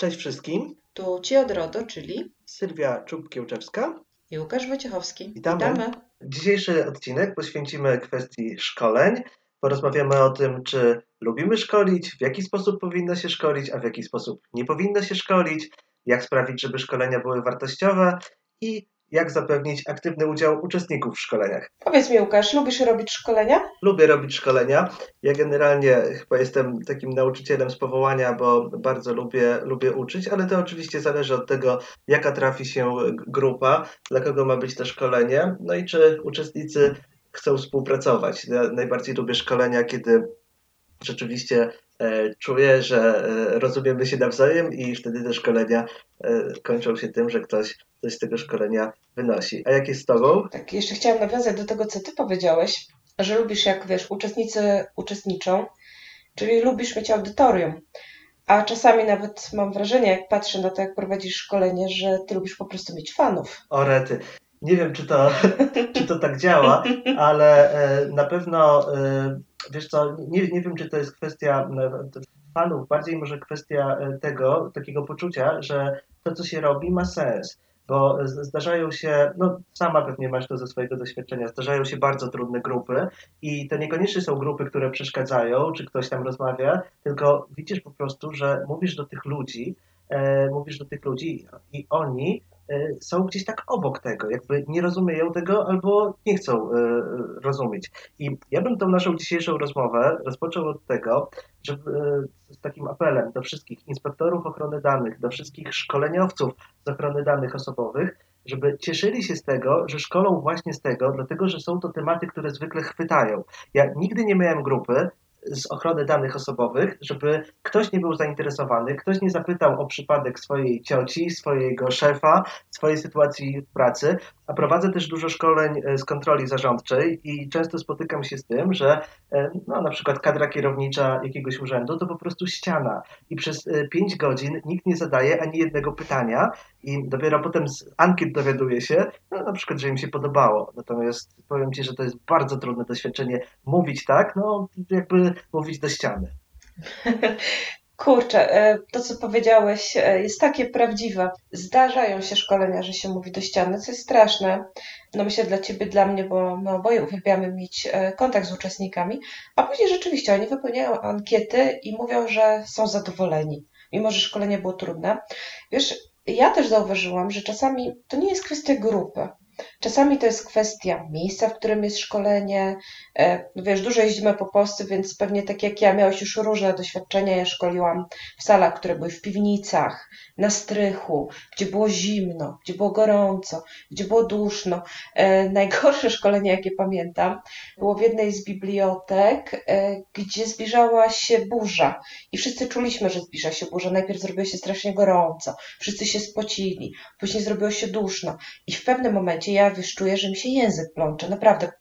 Cześć wszystkim. Tu Ci od RODO, czyli Sylwia Czub-Kiełczewska. i Łukasz Wojciechowski. Witamy. Dzisiejszy odcinek poświęcimy kwestii szkoleń. Porozmawiamy o tym, czy lubimy szkolić, w jaki sposób powinno się szkolić, a w jaki sposób nie powinno się szkolić, jak sprawić, żeby szkolenia były wartościowe i jak zapewnić aktywny udział uczestników w szkoleniach. Powiedz mi, Łukasz, lubisz robić szkolenia? Lubię robić szkolenia. Ja generalnie chyba jestem takim nauczycielem z powołania, bo bardzo lubię uczyć, ale to oczywiście zależy od tego, jaka trafi się grupa, dla kogo ma być to szkolenie, no i czy uczestnicy chcą współpracować. Ja najbardziej lubię szkolenia, kiedy rzeczywiście czuję, że rozumiemy się nawzajem i wtedy te szkolenia kończą się tym, że ktoś coś z tego szkolenia wynosi. A jak jest z Tobą? Tak, jeszcze chciałam nawiązać do tego, co Ty powiedziałeś, że lubisz, jak uczestnicy uczestniczą, czyli lubisz mieć audytorium. A czasami nawet mam wrażenie, jak patrzę na to, jak prowadzisz szkolenie, że Ty lubisz po prostu mieć fanów. O rety. Nie wiem, czy to tak działa, ale na pewno, wiesz co, nie wiem, czy to jest kwestia fanów, bardziej może kwestia takiego poczucia, że to, co się robi, ma sens. Bo zdarzają się, no sama pewnie masz to ze swojego doświadczenia, zdarzają się bardzo trudne grupy i to niekoniecznie są grupy, które przeszkadzają, czy ktoś tam rozmawia, tylko widzisz po prostu, że mówisz do tych ludzi i oni są gdzieś tak obok tego, jakby nie rozumieją tego albo nie chcą rozumieć. I ja bym tą naszą dzisiejszą rozmowę rozpoczął od tego, żeby z takim apelem do wszystkich inspektorów ochrony danych, do wszystkich szkoleniowców z ochrony danych osobowych, żeby cieszyli się z tego, że szkolą właśnie z tego, dlatego że są to tematy, które zwykle chwytają. Ja nigdy nie miałem grupy z ochrony danych osobowych, żeby ktoś nie był zainteresowany, ktoś nie zapytał o przypadek swojej cioci, swojego szefa, swojej sytuacji w pracy, a prowadzę też dużo szkoleń z kontroli zarządczej i często spotykam się z tym, że no, na przykład kadra kierownicza jakiegoś urzędu to po prostu ściana i przez 5 godzin nikt nie zadaje ani jednego pytania i dopiero potem z ankiet dowiaduje się, no, na przykład, że im się podobało. Natomiast powiem Ci, że to jest bardzo trudne doświadczenie mówić tak, no jakby mówić do ściany. Kurczę, to co powiedziałeś jest takie prawdziwe. Zdarzają się szkolenia, że się mówi do ściany, co jest straszne. No myślę dla Ciebie, dla mnie, bo my oboje uwielbiamy mieć kontakt z uczestnikami, a później rzeczywiście oni wypełniają ankiety i mówią, że są zadowoleni, mimo że szkolenie było trudne. Wiesz, ja też zauważyłam, że czasami to nie jest kwestia grupy. Czasami to jest kwestia miejsca, w którym jest szkolenie. No wiesz, dużo jeździmy po Polsce, więc pewnie tak jak ja miałeś już różne doświadczenia. Ja szkoliłam w salach, które były w piwnicach, na strychu, gdzie było zimno, gdzie było gorąco, gdzie było duszno. Najgorsze szkolenie, jakie pamiętam, było w jednej z bibliotek, gdzie zbliżała się burza i wszyscy czuliśmy, że zbliża się burza. Najpierw zrobiło się strasznie gorąco, wszyscy się spocili, później zrobiło się duszno i w pewnym momencie ja czuję, że mi się język plącze, naprawdę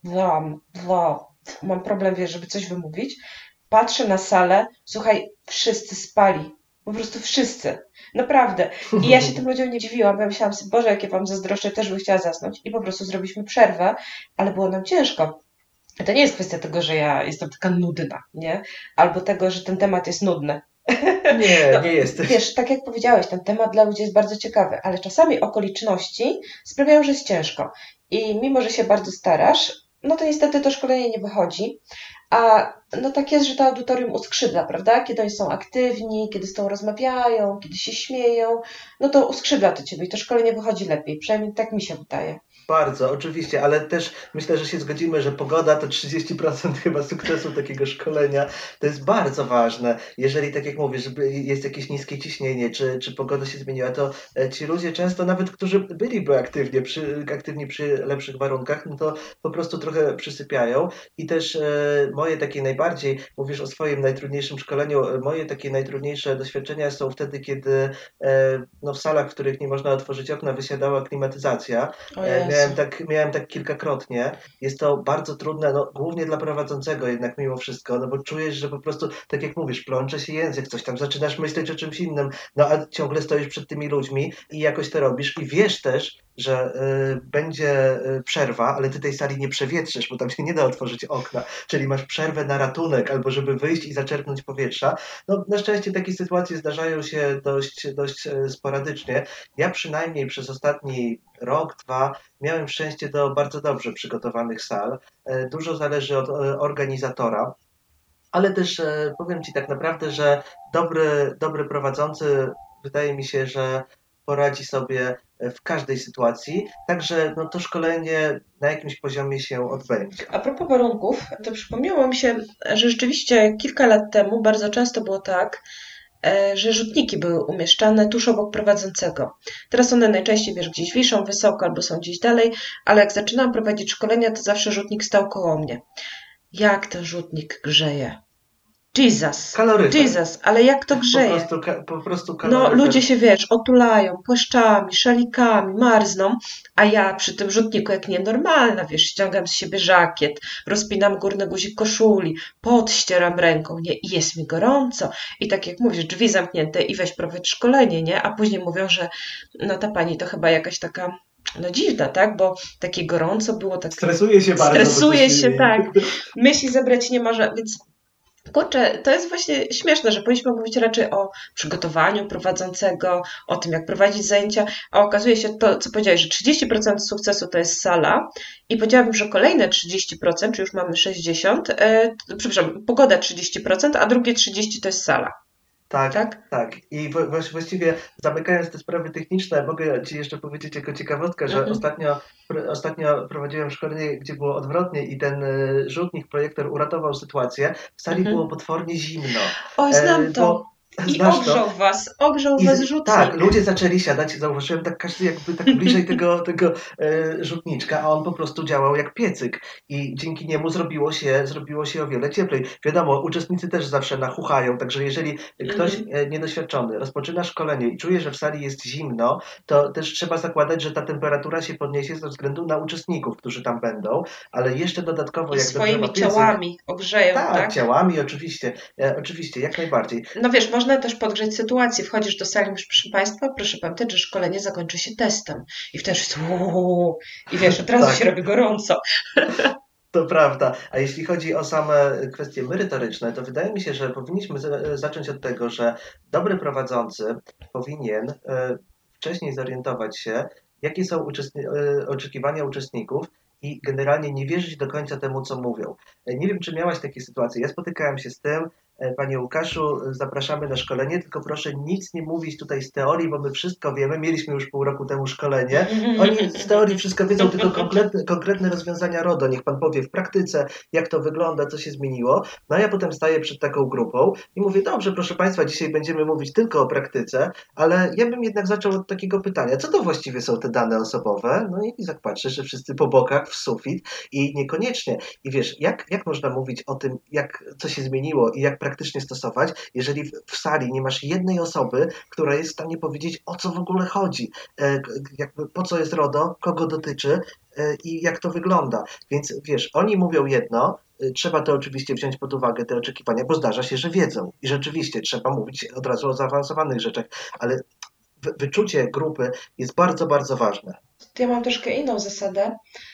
mam problem, wiesz, żeby coś wymówić. Patrzę na salę, słuchaj, wszyscy spali, po prostu wszyscy, naprawdę. I ja się tym ludziom nie dziwiłam, bo ja myślałam sobie, Boże, jakie wam zazdroszczę, też bym chciała zasnąć i po prostu zrobiliśmy przerwę, ale było nam ciężko. To nie jest kwestia tego, że ja jestem taka nudna, nie? Albo tego, że ten temat jest nudny. Nie jesteś. Wiesz, tak jak powiedziałeś, ten temat dla ludzi jest bardzo ciekawy, ale czasami okoliczności sprawiają, że jest ciężko. I mimo, że się bardzo starasz, no to niestety to szkolenie nie wychodzi. A no tak jest, że to audytorium uskrzydla, prawda? Kiedy oni są aktywni, kiedy z tobą rozmawiają, kiedy się śmieją, no to uskrzydla to ciebie i to szkolenie wychodzi lepiej. Przynajmniej tak mi się wydaje. Bardzo, oczywiście, ale też myślę, że się zgodzimy, że pogoda to 30% chyba sukcesu takiego szkolenia. To jest bardzo ważne. Jeżeli, tak jak mówisz, jest jakieś niskie ciśnienie, czy pogoda się zmieniła, to ci ludzie często, nawet którzy byliby aktywni przy lepszych warunkach, no to po prostu trochę przysypiają. I też moje takie najbardziej, mówisz o swoim najtrudniejszym szkoleniu, moje takie najtrudniejsze doświadczenia są wtedy, kiedy no, w salach, w których nie można otworzyć okna, wysiadała klimatyzacja. Miałem tak kilkakrotnie. Jest to bardzo trudne, no, głównie dla prowadzącego jednak mimo wszystko, no bo czujesz, że po prostu, tak jak mówisz, plącze się język, coś tam zaczynasz myśleć o czymś innym, no a ciągle stoisz przed tymi ludźmi i jakoś to robisz i wiesz też, że będzie przerwa, ale ty tej sali nie przewietrzysz, bo tam się nie da otworzyć okna, czyli masz przerwę na ratunek albo żeby wyjść i zaczerpnąć powietrza. No, na szczęście takie sytuacje zdarzają się dość sporadycznie. Ja przynajmniej przez ostatni rok, dwa miałem szczęście do bardzo dobrze przygotowanych sal. Dużo zależy od organizatora, ale też powiem Ci tak naprawdę, że dobry prowadzący wydaje mi się, że poradzi sobie w każdej sytuacji, także no, to szkolenie na jakimś poziomie się odbędzie. A propos warunków, to przypomniało mi się, że rzeczywiście kilka lat temu bardzo często było tak, że rzutniki były umieszczane tuż obok prowadzącego. Teraz one najczęściej, gdzieś wiszą wysoko albo są gdzieś dalej, ale jak zaczynałam prowadzić szkolenia, to zawsze rzutnik stał koło mnie. Jak ten rzutnik grzeje? Jesus, ale jak to grzeje? Po prostu kaloryfer. No ludzie się, otulają płaszczami, szalikami, marzną, a ja przy tym rzutniku jak nienormalna, ściągam z siebie żakiet, rozpinam górny guzik koszuli, pot ścieram ręką, nie? I jest mi gorąco. I tak jak mówisz, drzwi zamknięte i weź prowadź szkolenie, nie? A później mówią, że no ta pani to chyba jakaś taka dziwna, tak? Bo takie gorąco było, tak. Stresuje się bardzo. Stresuje się, tak. Myśli zebrać nie może, więc kurczę, to jest właśnie śmieszne, że powinniśmy mówić raczej o przygotowaniu prowadzącego, o tym, jak prowadzić zajęcia, a okazuje się to, co powiedziałeś, że 30% sukcesu to jest sala i powiedziałabym, że kolejne 30%, czy już mamy 60%, pogoda 30%, a drugie 30% to jest sala. Tak. I właściwie zamykając te sprawy techniczne, mogę Ci jeszcze powiedzieć jako ciekawostkę, że ostatnio prowadziłem szkolenie, gdzie było odwrotnie i ten rzutnik, projektor uratował sytuację. W sali było potwornie zimno. Oj, znam to. I ogrzał was rzutnik. Tak, ludzie zaczęli siadać, zauważyłem tak każdy jakby tak bliżej tego rzutniczka, a on po prostu działał jak piecyk i dzięki niemu zrobiło się o wiele cieplej. Wiadomo, uczestnicy też zawsze nachuchają, także jeżeli ktoś niedoświadczony rozpoczyna szkolenie i czuje, że w sali jest zimno, to też trzeba zakładać, że ta temperatura się podniesie ze względu na uczestników, którzy tam będą, ale jeszcze dodatkowo jak swoimi ciałami ogrzeją, tak? Ciałami, oczywiście, jak najbardziej. No wiesz, można też podgrzeć sytuację. Wchodzisz do sali, mówisz, proszę Państwa, proszę pamiętać, że szkolenie zakończy się testem. I wtedy jest i od razu się robi gorąco. To prawda. A jeśli chodzi o same kwestie merytoryczne, to wydaje mi się, że powinniśmy zacząć od tego, że dobry prowadzący powinien wcześniej zorientować się, jakie są oczekiwania uczestników i generalnie nie wierzyć do końca temu, co mówią. Nie wiem, czy miałaś takie sytuacje. Ja spotykałem się z tym, Panie Łukaszu, zapraszamy na szkolenie, tylko proszę nic nie mówić tutaj z teorii, bo my wszystko wiemy. Mieliśmy już pół roku temu szkolenie. Oni z teorii wszystko wiedzą, tylko konkretne rozwiązania RODO. Niech Pan powie w praktyce, jak to wygląda, co się zmieniło. No a ja potem staję przed taką grupą i mówię, dobrze, proszę Państwa, dzisiaj będziemy mówić tylko o praktyce, ale ja bym jednak zaczął od takiego pytania, co to właściwie są te dane osobowe? No i tak patrzę, że wszyscy po bokach, w sufit i niekoniecznie. I wiesz, jak można mówić o tym, co się zmieniło i jak praktycznie stosować, jeżeli w sali nie masz jednej osoby, która jest w stanie powiedzieć, o co w ogóle chodzi, po co jest RODO, kogo dotyczy i jak to wygląda. Więc wiesz, oni mówią jedno, trzeba to oczywiście wziąć pod uwagę, te oczekiwania, bo zdarza się, że wiedzą i rzeczywiście trzeba mówić od razu o zaawansowanych rzeczach, ale wyczucie grupy jest bardzo, bardzo ważne. Ja mam troszkę inną zasadę.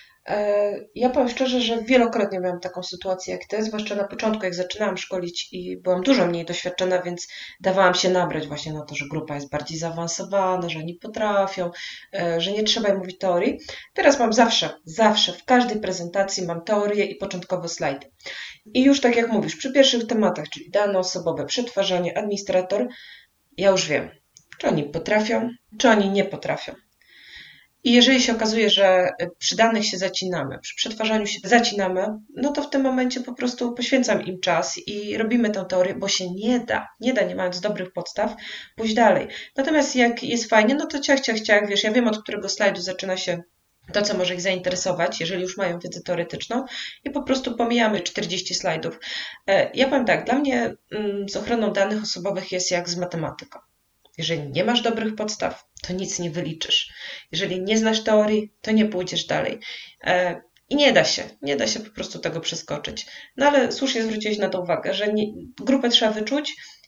Ja powiem szczerze, że wielokrotnie miałam taką sytuację jak ty, zwłaszcza na początku, jak zaczynałam szkolić i byłam dużo mniej doświadczona, więc dawałam się nabrać właśnie na to, że grupa jest bardziej zaawansowana, że oni potrafią, że nie trzeba im mówić teorii. Teraz mam zawsze, w każdej prezentacji mam teorię i początkowe slajdy. I już tak jak mówisz, przy pierwszych tematach, czyli dane osobowe, przetwarzanie, administrator, ja już wiem, czy oni potrafią, czy oni nie potrafią. I jeżeli się okazuje, że przy danych się zacinamy, przy przetwarzaniu się zacinamy, no to w tym momencie po prostu poświęcam im czas i robimy tę teorię, bo się nie mając dobrych podstaw, pójść dalej. Natomiast jak jest fajnie, no to ciach, wiesz, ja wiem, od którego slajdu zaczyna się to, co może ich zainteresować, jeżeli już mają wiedzę teoretyczną i po prostu pomijamy 40 slajdów. Ja powiem tak, dla mnie z ochroną danych osobowych jest jak z matematyką. Jeżeli nie masz dobrych podstaw, to nic nie wyliczysz. Jeżeli nie znasz teorii, to nie pójdziesz dalej. I nie da się po prostu tego przeskoczyć. No ale słusznie zwróciłeś na to uwagę, że grupę trzeba wyczuć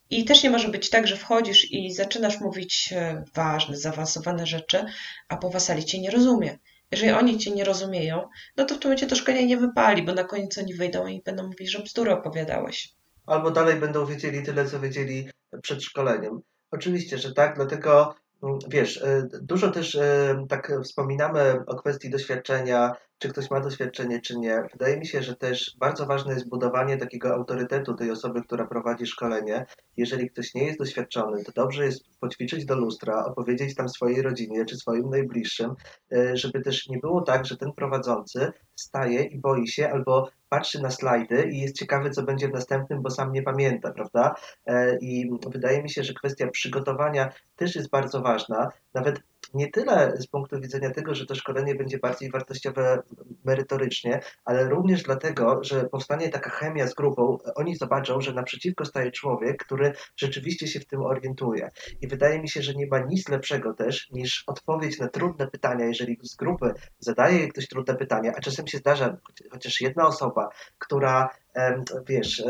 I też nie może być tak, że wchodzisz i zaczynasz mówić ważne, zaawansowane rzeczy, a po was sali cię nie rozumie. Jeżeli oni cię nie rozumieją, no to w tym momencie to szkolenie nie wypali, bo na koniec oni wyjdą i będą mówić, że bzdury opowiadałeś. Albo dalej będą wiedzieli tyle, co wiedzieli przed szkoleniem. Oczywiście, że tak, dlatego wiesz, dużo też tak wspominamy o kwestii doświadczenia, czy ktoś ma doświadczenie, czy nie. Wydaje mi się, że też bardzo ważne jest budowanie takiego autorytetu tej osoby, która prowadzi szkolenie. Jeżeli ktoś nie jest doświadczony, to dobrze jest poćwiczyć do lustra, opowiedzieć tam swojej rodzinie, czy swoim najbliższym, żeby też nie było tak, że ten prowadzący staje i boi się albo patrzy na slajdy i jest ciekawy, co będzie w następnym, bo sam nie pamięta, prawda? I wydaje mi się, że kwestia przygotowania też jest bardzo ważna. Nawet nie tyle z punktu widzenia tego, że to szkolenie będzie bardziej wartościowe merytorycznie, ale również dlatego, że powstanie taka chemia z grupą. Oni zobaczą, że naprzeciwko staje człowiek, który rzeczywiście się w tym orientuje. I wydaje mi się, że nie ma nic lepszego też niż odpowiedź na trudne pytania, jeżeli z grupy zadaje ktoś trudne pytania, a czasem się zdarza chociaż jedna osoba, która, wiesz,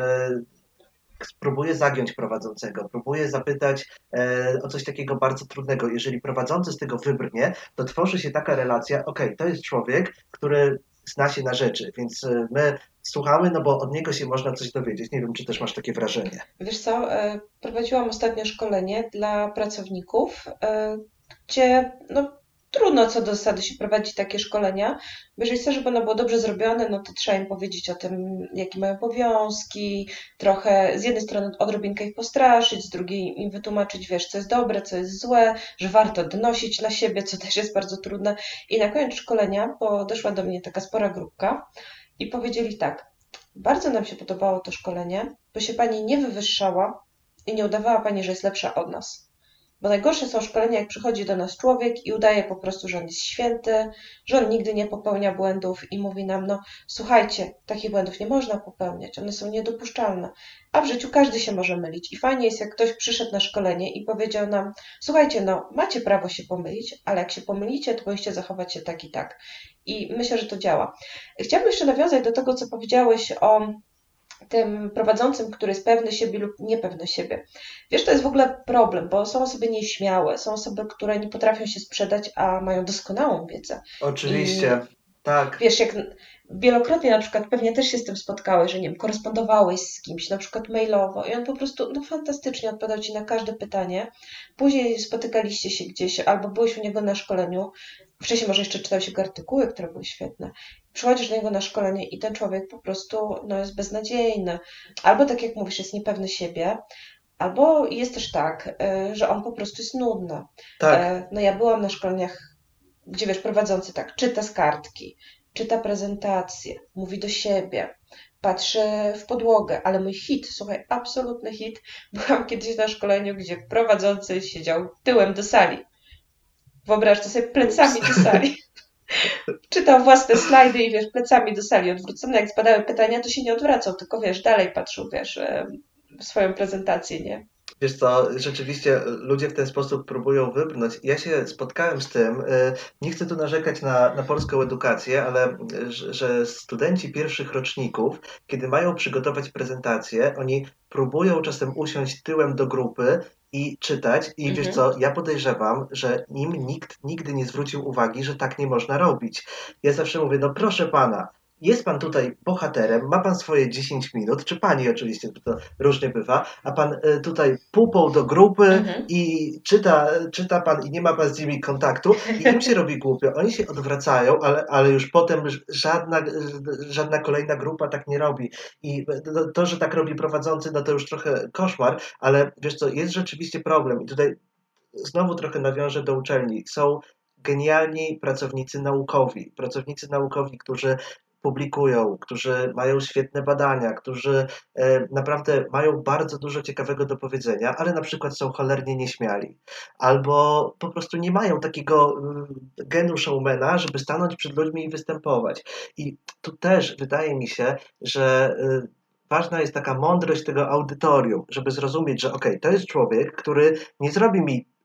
próbuje zagiąć prowadzącego, próbuje zapytać o coś takiego bardzo trudnego. Jeżeli prowadzący z tego wybrnie, to tworzy się taka relacja, okej, to jest człowiek, który zna się na rzeczy, więc my słuchamy, no bo od niego się można coś dowiedzieć. Nie wiem, czy też masz takie wrażenie. Wiesz co, prowadziłam ostatnio szkolenie dla pracowników, gdzie no, trudno co do zasady się prowadzi takie szkolenia, bo jeżeli chcesz, żeby ono było dobrze zrobione, no to trzeba im powiedzieć o tym, jakie mają obowiązki, trochę z jednej strony odrobinkę ich postraszyć, z drugiej im wytłumaczyć, wiesz, co jest dobre, co jest złe, że warto donosić na siebie, co też jest bardzo trudne. I na koniec szkolenia podeszła do mnie taka spora grupka i powiedzieli tak: bardzo nam się podobało to szkolenie, bo się pani nie wywyższała i nie udawała pani, że jest lepsza od nas. Bo najgorsze są szkolenia, jak przychodzi do nas człowiek i udaje po prostu, że on jest święty, że on nigdy nie popełnia błędów i mówi nam, no słuchajcie, takich błędów nie można popełniać, one są niedopuszczalne. A w życiu każdy się może mylić. I fajnie jest, jak ktoś przyszedł na szkolenie i powiedział nam, słuchajcie, no macie prawo się pomylić, ale jak się pomylicie, to powinniście zachować się tak i tak. I myślę, że to działa. Chciałabym jeszcze nawiązać do tego, co powiedziałeś o tym prowadzącym, który jest pewny siebie lub niepewny siebie. Wiesz, to jest w ogóle problem, bo są osoby nieśmiałe, są osoby, które nie potrafią się sprzedać, a mają doskonałą wiedzę. I Oczywiście, tak. wiesz, jak wielokrotnie na przykład pewnie też się z tym spotkałeś, że nie wiem, korespondowałeś z kimś, na przykład mailowo i on po prostu no, fantastycznie odpowiadał ci na każde pytanie. Później spotykaliście się gdzieś albo byłeś u niego na szkoleniu. Wcześniej może jeszcze czytałeś jego artykuły, które były świetne. Przychodzisz do niego na szkolenie i ten człowiek po prostu no, jest beznadziejny. Albo tak jak mówisz, jest niepewny siebie, albo jest też tak, że on po prostu jest nudny. Tak. No ja byłam na szkoleniach, gdzie wiesz, prowadzący tak, czyta z kartki, czyta prezentację, mówi do siebie, patrzy w podłogę, ale mój hit, słuchaj, absolutny hit, byłam kiedyś na szkoleniu, gdzie prowadzący siedział tyłem do sali. Wyobraź to sobie, plecami do sali. Czytał własne slajdy i wiesz, plecami do sali odwrócone, jak spadały pytania, to się nie odwracał, tylko wiesz, dalej patrzył, wiesz, w swoją prezentację, nie? Wiesz co, rzeczywiście ludzie w ten sposób próbują wybrnąć. Ja się spotkałem z tym, nie chcę tu narzekać na polską edukację, ale że studenci pierwszych roczników, kiedy mają przygotować prezentację, oni próbują czasem usiąść tyłem do grupy i czytać. I wiesz Mhm. co, ja podejrzewam, że im nikt nigdy nie zwrócił uwagi, że tak nie można robić. Ja zawsze mówię, no proszę pana, jest pan tutaj bohaterem, ma pan swoje 10 minut, czy pani oczywiście, to różnie bywa, a pan tutaj pupą do grupy Mhm. i czyta pan i nie ma pan z nimi kontaktu i im się robi głupio. Oni się odwracają, ale już potem żadna kolejna grupa tak nie robi. I to, że tak robi prowadzący, no to już trochę koszmar, ale wiesz co, jest rzeczywiście problem i tutaj znowu trochę nawiążę do uczelni. Są genialni pracownicy naukowi, którzy publikują, którzy mają świetne badania, którzy naprawdę mają bardzo dużo ciekawego do powiedzenia, ale na przykład są cholernie nieśmiali. Albo po prostu nie mają takiego genu showmana, żeby stanąć przed ludźmi i występować. I tu też wydaje mi się, że ważna jest taka mądrość tego audytorium, żeby zrozumieć, że okej, to jest człowiek, który nie zrobi mi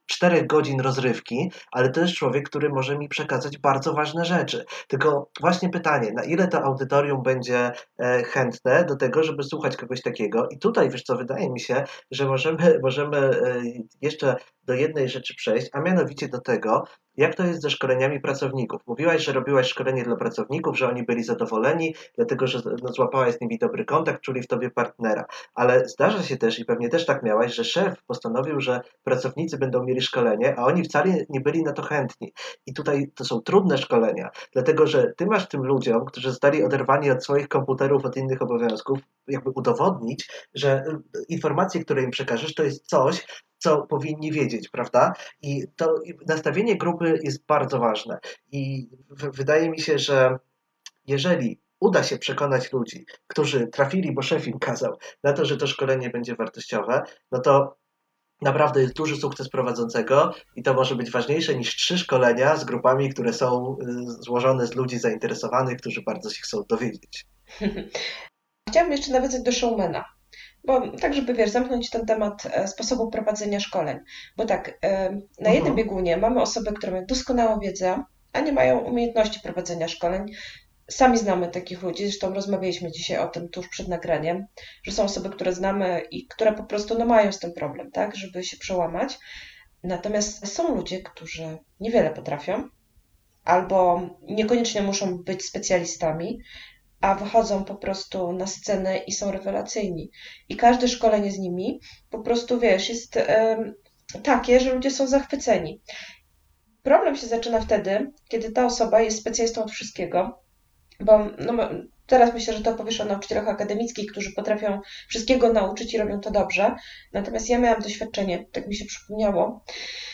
4 godzin rozrywki, ale to jest człowiek, który może mi przekazać bardzo ważne rzeczy. Tylko właśnie pytanie, na ile to audytorium będzie chętne do tego, żeby słuchać kogoś takiego? I tutaj, wiesz co, wydaje mi się, że możemy jeszcze do jednej rzeczy przejść, a mianowicie do tego, jak to jest ze szkoleniami pracowników. Mówiłaś, że robiłaś szkolenie dla pracowników, że oni byli zadowoleni, dlatego że no, złapałaś z nimi dobry kontakt, czuli w tobie partnera. Ale zdarza się też, i pewnie też tak miałaś, że szef postanowił, że pracownicy będą mieli szkolenie, a oni wcale nie byli na to chętni. I tutaj to są trudne szkolenia, dlatego że ty masz tym ludziom, którzy zostali oderwani od swoich komputerów, od innych obowiązków, jakby udowodnić, że informacje, które im przekażesz, to jest coś, co powinni wiedzieć, prawda? I to nastawienie grupy jest bardzo ważne. I wydaje mi się, że jeżeli uda się przekonać ludzi, którzy trafili, bo szef im kazał, na to, że to szkolenie będzie wartościowe, no to naprawdę jest duży sukces prowadzącego i to może być ważniejsze niż 3 szkolenia z grupami, które są złożone z ludzi zainteresowanych, którzy bardzo się chcą dowiedzieć. Chciałabym jeszcze nawiązać do showmana, bo tak, żeby wiesz, zamknąć ten temat sposobu prowadzenia szkoleń. Bo tak, na jednym biegunie mamy osoby, które mają doskonałą wiedzę, a nie mają umiejętności prowadzenia szkoleń. Sami znamy takich ludzi, zresztą rozmawialiśmy dzisiaj o tym tuż przed nagraniem, że są osoby, które znamy i które po prostu no, mają z tym problem, tak, żeby się przełamać. Natomiast są ludzie, którzy niewiele potrafią, albo niekoniecznie muszą być specjalistami, a wychodzą po prostu na scenę i są rewelacyjni. I każde szkolenie z nimi po prostu, wiesz, jest takie, że ludzie są zachwyceni. Problem się zaczyna wtedy, kiedy ta osoba jest specjalistą od wszystkiego, bo no, teraz myślę, że to opowiesz o nauczycielach akademickich, którzy potrafią wszystkiego nauczyć i robią to dobrze. Natomiast ja miałam doświadczenie, tak mi się przypomniało,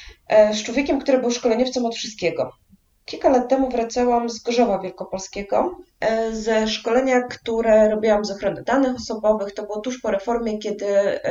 z człowiekiem, który był szkoleniowcem od wszystkiego. Kilka lat temu wracałam z Gorzowa Wielkopolskiego ze szkolenia, które robiłam z ochrony danych osobowych. To było tuż po reformie, kiedy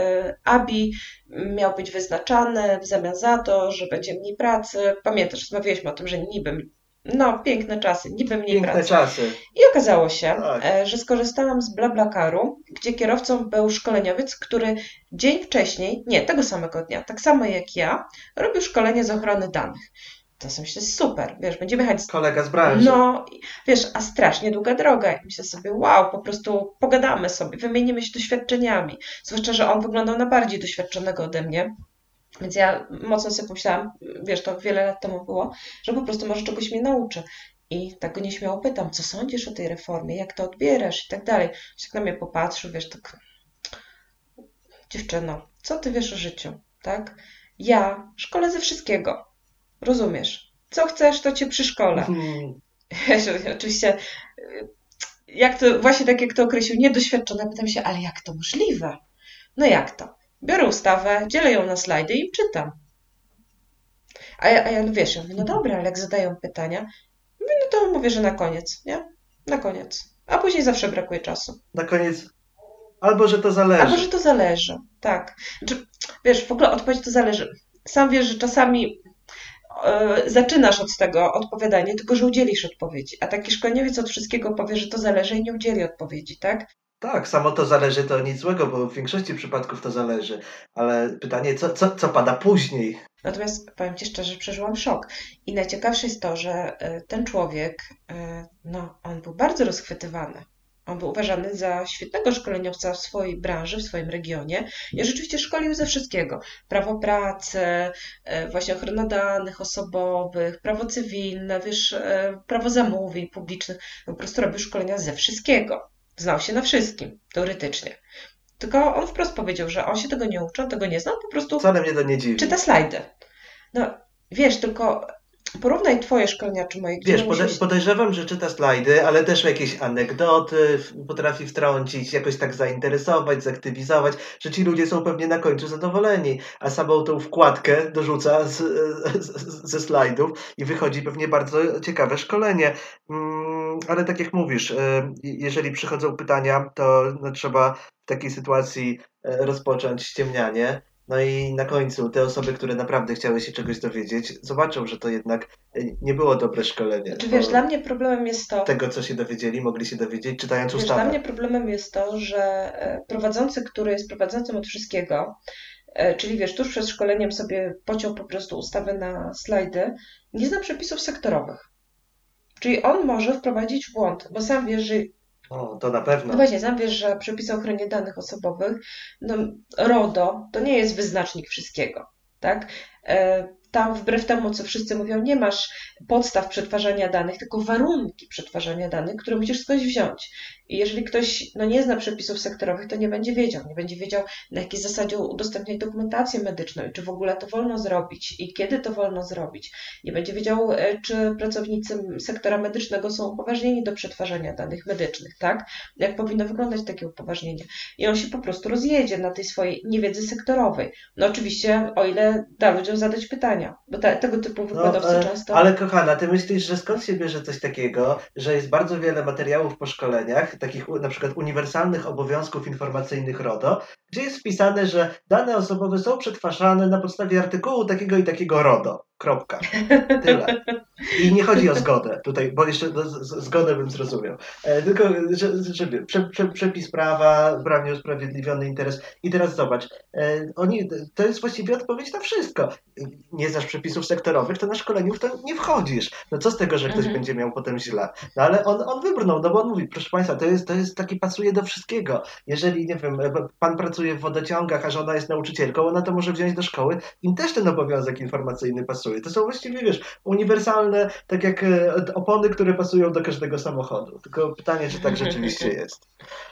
ABI miał być wyznaczany w zamian za to, że będzie mniej pracy. Pamiętasz, rozmawialiśmy o tym, że niby, no piękne czasy, niby mniej Piękne pracy. czasy. I okazało się, Tak. że skorzystałam z BlaBlaCaru, gdzie kierowcą był szkoleniowiec, który dzień wcześniej, nie, tego samego dnia, tak samo jak ja, robił szkolenie z ochrony danych. To sobie myślę, super, wiesz, będziemy jechać... Kolega z branży. No, wiesz, a strasznie długa droga. I myślę sobie, wow, po prostu pogadamy sobie, wymienimy się doświadczeniami. Zwłaszcza, że on wyglądał na bardziej doświadczonego ode mnie. Więc ja mocno sobie pomyślałam, wiesz, to wiele lat temu było, że po prostu może czegoś mnie nauczy. I tak go nieśmiało pytam, co sądzisz o tej reformie, jak to odbierasz i tak dalej. Tak na mnie popatrzył, wiesz, tak, dziewczyno, co ty wiesz o życiu, tak? Ja szkolę ze wszystkiego. Rozumiesz? Co chcesz, to cię przyszkolę. Oczywiście, jak to, właśnie tak jak to określił, niedoświadczone, pytam się, ale jak to możliwe? No jak to? Biorę ustawę, dzielę ją na slajdy i czytam. A ja no wiesz, ja mówię, no dobra, ale jak zadają pytania, mówię, no to mówię, że na koniec, nie? Na koniec. A później zawsze brakuje czasu. Na koniec, albo że to zależy. Albo że to zależy, tak. Znaczy, wiesz, w ogóle odpowiedź to zależy. Sam wiesz, że czasami zaczynasz od tego odpowiadania, tylko że udzielisz odpowiedzi. A taki szkoleniowiec od wszystkiego powie, że to zależy i nie udzieli odpowiedzi, tak? Tak, samo to zależy, to nic złego, bo w większości przypadków to zależy. Ale pytanie, co pada później? Natomiast powiem Ci szczerze, przeżyłam szok. I najciekawsze jest to, że ten człowiek, no, on był bardzo rozchwytywany. On był uważany za świetnego szkoleniowca w swojej branży, w swoim regionie i rzeczywiście szkolił ze wszystkiego. Prawo pracy, właśnie ochrona danych osobowych, prawo cywilne, wiesz, prawo zamówień publicznych. Po prostu robił szkolenia ze wszystkiego. Znał się na wszystkim, teoretycznie. Tylko on wprost powiedział, że on się tego nie uczy, on tego nie zna, on po prostu Wcale mnie to nie dziwi. czyta slajdy. No, wiesz, tylko porównaj twoje szkolenia czy moje. Wiesz, podejrzewam, że czyta slajdy, ale też jakieś anegdoty potrafi wtrącić, jakoś tak zainteresować, zaktywizować, że ci ludzie są pewnie na końcu zadowoleni, a samą tą wkładkę dorzuca ze slajdów i wychodzi pewnie bardzo ciekawe szkolenie. Ale tak jak mówisz, jeżeli przychodzą pytania, to no, trzeba w takiej sytuacji rozpocząć ściemnianie. No i na końcu te osoby, które naprawdę chciały się czegoś dowiedzieć, zobaczą, że to jednak nie było dobre szkolenie. Czy wiesz, dla mnie problemem jest to... Tego, co się dowiedzieli, mogli się dowiedzieć, czytając wiesz, ustawę. Dla mnie problemem jest to, że prowadzący, który jest prowadzącym od wszystkiego, Czyli wiesz, tuż przed szkoleniem sobie pociął po prostu ustawę na slajdy, nie zna przepisów sektorowych. Czyli on może wprowadzić w błąd, bo sam wiesz, że O, to na no pewno. właśnie, sam wiesz, że przepisy o ochronie danych osobowych, no, RODO to nie jest wyznacznik wszystkiego, tak? Tam wbrew temu, co wszyscy mówią, nie masz podstaw przetwarzania danych, tylko warunki przetwarzania danych, które musisz skądś wziąć. I jeżeli ktoś nie zna przepisów sektorowych, to nie będzie wiedział na jakiej zasadzie udostępniać dokumentację medyczną i czy w ogóle to wolno zrobić i kiedy to wolno zrobić. Nie będzie wiedział, czy pracownicy sektora medycznego są upoważnieni do przetwarzania danych medycznych, tak? Jak powinno wyglądać takie upoważnienie. I on się po prostu rozjedzie na tej swojej niewiedzy sektorowej. No oczywiście, o ile da ludziom zadać pytania, bo tego typu wykładowcy często... Ale kochana, ty myślisz, że skąd się bierze coś takiego, że jest bardzo wiele materiałów po szkoleniach, takich na przykład uniwersalnych obowiązków informacyjnych RODO, gdzie jest wpisane, że dane osobowe są przetwarzane na podstawie artykułu takiego i takiego RODO. Kropka. Tyle. I nie chodzi o zgodę tutaj, bo jeszcze zgodę bym zrozumiał. Tylko, żeby przepis prawa, prawnie usprawiedliwiony interes. I teraz zobacz, to jest właściwie odpowiedź na wszystko. Nie znasz przepisów sektorowych, to na szkoleniu w to nie wchodzisz. No co z tego, że ktoś będzie miał potem źle? No ale on wybrnął, no bo on mówi, proszę Państwa, to jest taki pasuje do wszystkiego. Jeżeli, nie wiem, pan pracuje w wodociągach, a żona jest nauczycielką, ona to może wziąć do szkoły, im też ten obowiązek informacyjny pasuje. To są właściwie, wiesz, uniwersalne, tak jak opony, które pasują do każdego samochodu. Tylko pytanie, czy tak rzeczywiście jest.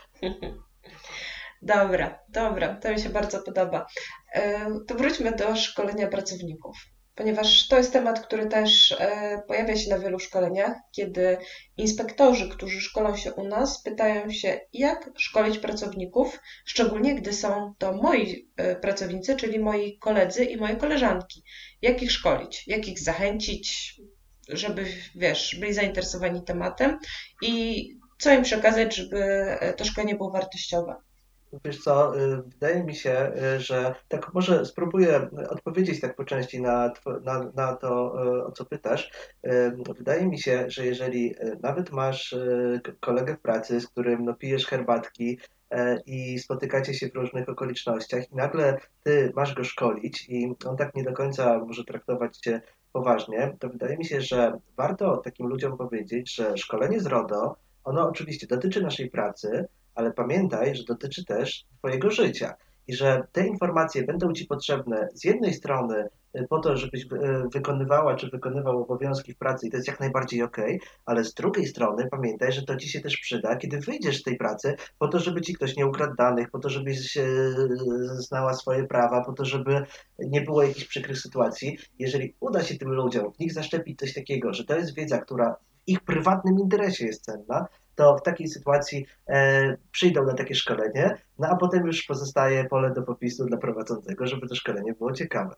Dobra, to mi się bardzo podoba. To wróćmy do szkolenia pracowników, ponieważ to jest temat, który też pojawia się na wielu szkoleniach, kiedy inspektorzy, którzy szkolą się u nas, pytają się, jak szkolić pracowników, szczególnie gdy są to moi pracownicy, czyli moi koledzy i moje koleżanki. Jak ich szkolić, jak ich zachęcić, żeby, wiesz, byli zainteresowani tematem i co im przekazać, żeby to szkolenie było wartościowe. Wiesz co, wydaje mi się, że tak może spróbuję odpowiedzieć tak po części na to, o co pytasz. Wydaje mi się, że jeżeli nawet masz kolegę w pracy, z którym pijesz herbatki i spotykacie się w różnych okolicznościach i nagle ty masz go szkolić i on tak nie do końca może traktować cię poważnie, to wydaje mi się, że warto takim ludziom powiedzieć, że szkolenie z RODO, ono oczywiście dotyczy naszej pracy, ale pamiętaj, że dotyczy też Twojego życia i że te informacje będą Ci potrzebne z jednej strony po to, żebyś wykonywała czy wykonywał obowiązki w pracy i to jest jak najbardziej okej, ale z drugiej strony pamiętaj, że to Ci się też przyda, kiedy wyjdziesz z tej pracy po to, żeby Ci ktoś nie ukradł danych, po to, żebyś znała swoje prawa, po to, żeby nie było jakichś przykrych sytuacji. Jeżeli uda się tym ludziom w nich zaszczepić coś takiego, że to jest wiedza, która w ich prywatnym interesie jest cenna, to w takiej sytuacji przyjdą na takie szkolenie, no a potem już pozostaje pole do popisu dla prowadzącego, żeby to szkolenie było ciekawe.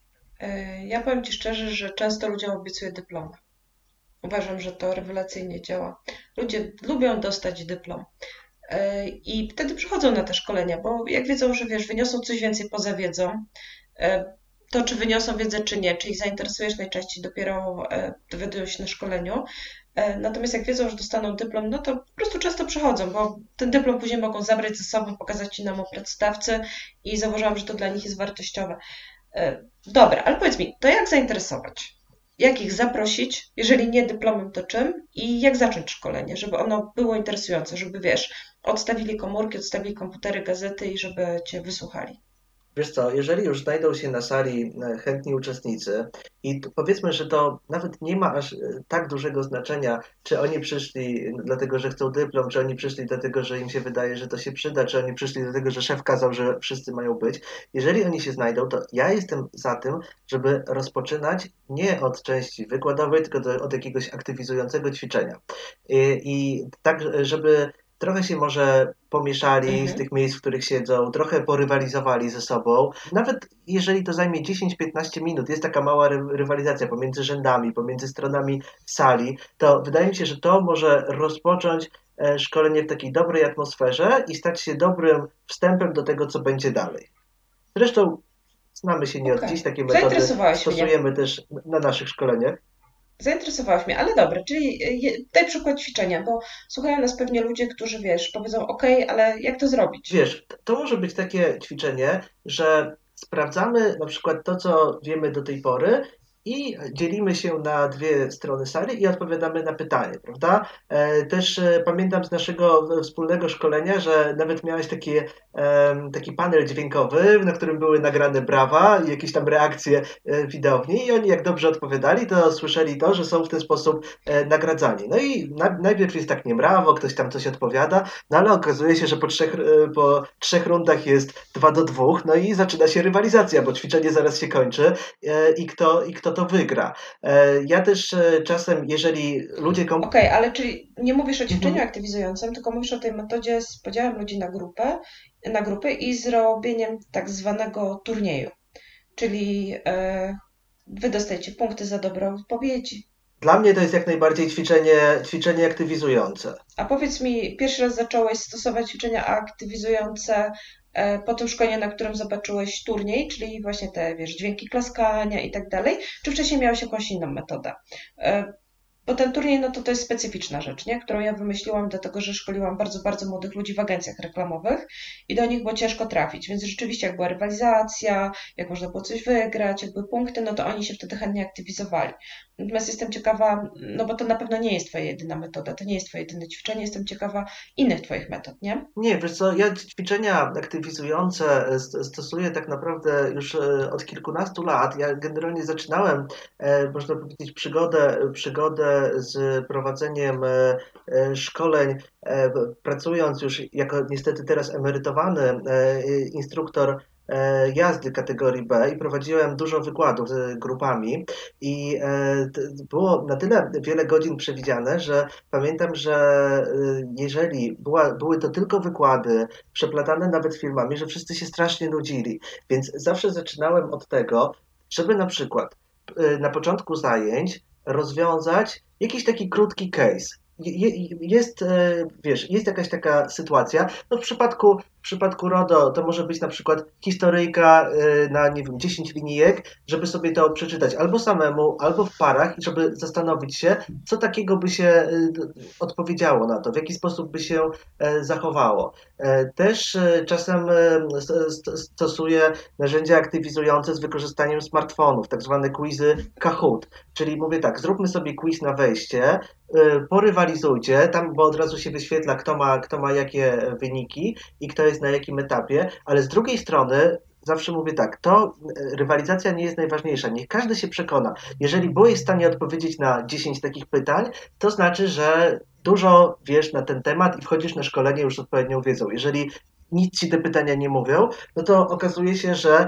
Ja powiem Ci szczerze, że często ludziom obiecuję dyplomy. Uważam, że to rewelacyjnie działa. Ludzie lubią dostać dyplom. I wtedy przychodzą na te szkolenia, bo jak wiedzą, że wiesz, wyniosą coś więcej poza wiedzą, to czy wyniosą wiedzę, czy nie, czy ich zainteresujesz, najczęściej dopiero dowiadują się na szkoleniu. Natomiast jak wiedzą, że dostaną dyplom, no to po prostu często przychodzą, bo ten dyplom później mogą zabrać ze sobą, pokazać innemu pracodawcy i zauważyłam, że to dla nich jest wartościowe. Dobra, ale powiedz mi, to jak zainteresować? Jak ich zaprosić? Jeżeli nie dyplomem, to czym? I jak zacząć szkolenie, żeby ono było interesujące, żeby wiesz, odstawili komórki, odstawili komputery, gazety i żeby Cię wysłuchali. Wiesz co, jeżeli już znajdą się na sali chętni uczestnicy i powiedzmy, że to nawet nie ma aż tak dużego znaczenia, czy oni przyszli dlatego, że chcą dyplom, czy oni przyszli dlatego, że im się wydaje, że to się przyda, czy oni przyszli dlatego, że szef kazał, że wszyscy mają być. Jeżeli oni się znajdą, to ja jestem za tym, żeby rozpoczynać nie od części wykładowej, tylko od jakiegoś aktywizującego ćwiczenia. I tak, żeby trochę się może pomieszali z tych miejsc, w których siedzą, trochę porywalizowali ze sobą. Nawet jeżeli to zajmie 10-15 minut, jest taka mała rywalizacja pomiędzy rzędami, pomiędzy stronami sali, to wydaje mi się, że to może rozpocząć szkolenie w takiej dobrej atmosferze i stać się dobrym wstępem do tego, co będzie dalej. Zresztą znamy się nie od dziś, takie metody stosujemy też na naszych szkoleniach. Zainteresowałaś mnie, ale dobra, czyli daj przykład ćwiczenia, bo słuchają nas pewnie ludzie, którzy wiesz, powiedzą ok, ale jak to zrobić? Wiesz, to może być takie ćwiczenie, że sprawdzamy na przykład to, co wiemy do tej pory i dzielimy się na dwie strony sali i odpowiadamy na pytanie, prawda? Też pamiętam z naszego wspólnego szkolenia, że nawet miałeś taki panel dźwiękowy, na którym były nagrane brawa i jakieś tam reakcje widowni i oni jak dobrze odpowiadali, to słyszeli to, że są w ten sposób nagradzani. No i najpierw jest tak nie brawo, ktoś tam coś odpowiada, no ale okazuje się, że po trzech rundach jest 2-2, no i zaczyna się rywalizacja, bo ćwiczenie zaraz się kończy i kto to wygra. Ja też czasem, jeżeli ludzie... Okej, ale czyli nie mówisz o ćwiczeniu Mhm. aktywizującym, tylko mówisz o tej metodzie z podziałem ludzi na grupy i zrobieniem tak zwanego turnieju. Czyli wy dostajecie punkty za dobre odpowiedzi. Dla mnie to jest jak najbardziej ćwiczenie aktywizujące. A powiedz mi, pierwszy raz zacząłeś stosować ćwiczenia aktywizujące po tym szkoleniu, na którym zobaczyłeś turniej, czyli właśnie te, wiesz, dźwięki klaskania i tak dalej, czy wcześniej miałeś jakąś inną metodę? E, Bo ten turniej, no to jest specyficzna rzecz, nie? Którą ja wymyśliłam, dlatego że szkoliłam bardzo, bardzo młodych ludzi w agencjach reklamowych i do nich było ciężko trafić. Więc rzeczywiście, jak była rywalizacja, jak można było coś wygrać, jak były punkty, no to oni się wtedy chętnie aktywizowali. Natomiast jestem ciekawa, no bo to na pewno nie jest Twoja jedyna metoda, to nie jest Twoje jedyne ćwiczenie, jestem ciekawa innych Twoich metod, nie? Nie, wiesz co, ja ćwiczenia aktywizujące stosuję tak naprawdę już od kilkunastu lat. Ja generalnie zaczynałem, można powiedzieć, przygodę z prowadzeniem szkoleń, pracując już jako niestety teraz emerytowany instruktor jazdy kategorii B i prowadziłem dużo wykładów z grupami i było na tyle wiele godzin przewidziane, że pamiętam, że jeżeli były to tylko wykłady, przeplatane nawet filmami, że wszyscy się strasznie nudzili. Więc zawsze zaczynałem od tego, żeby na przykład na początku zajęć rozwiązać jakiś taki krótki case. Jest, wiesz, jest jakaś taka sytuacja, no w przypadku RODO to może być na przykład historyjka na, nie wiem, 10 linijek, żeby sobie to przeczytać albo samemu, albo w parach i żeby zastanowić się, co takiego by się odpowiedziało na to, w jaki sposób by się zachowało. Też czasem stosuję narzędzia aktywizujące z wykorzystaniem smartfonów, tak zwane quizy Kahoot, czyli mówię tak, zróbmy sobie quiz na wejście, porywalizujcie, tam, bo od razu się wyświetla, kto ma jakie wyniki i kto jest na jakim etapie, ale z drugiej strony zawsze mówię tak, to rywalizacja nie jest najważniejsza. Niech każdy się przekona. Jeżeli byłeś w stanie odpowiedzieć na 10 takich pytań, to znaczy, że dużo wiesz na ten temat i wchodzisz na szkolenie już z odpowiednią wiedzą. Jeżeli nic ci te pytania nie mówią, no to okazuje się, że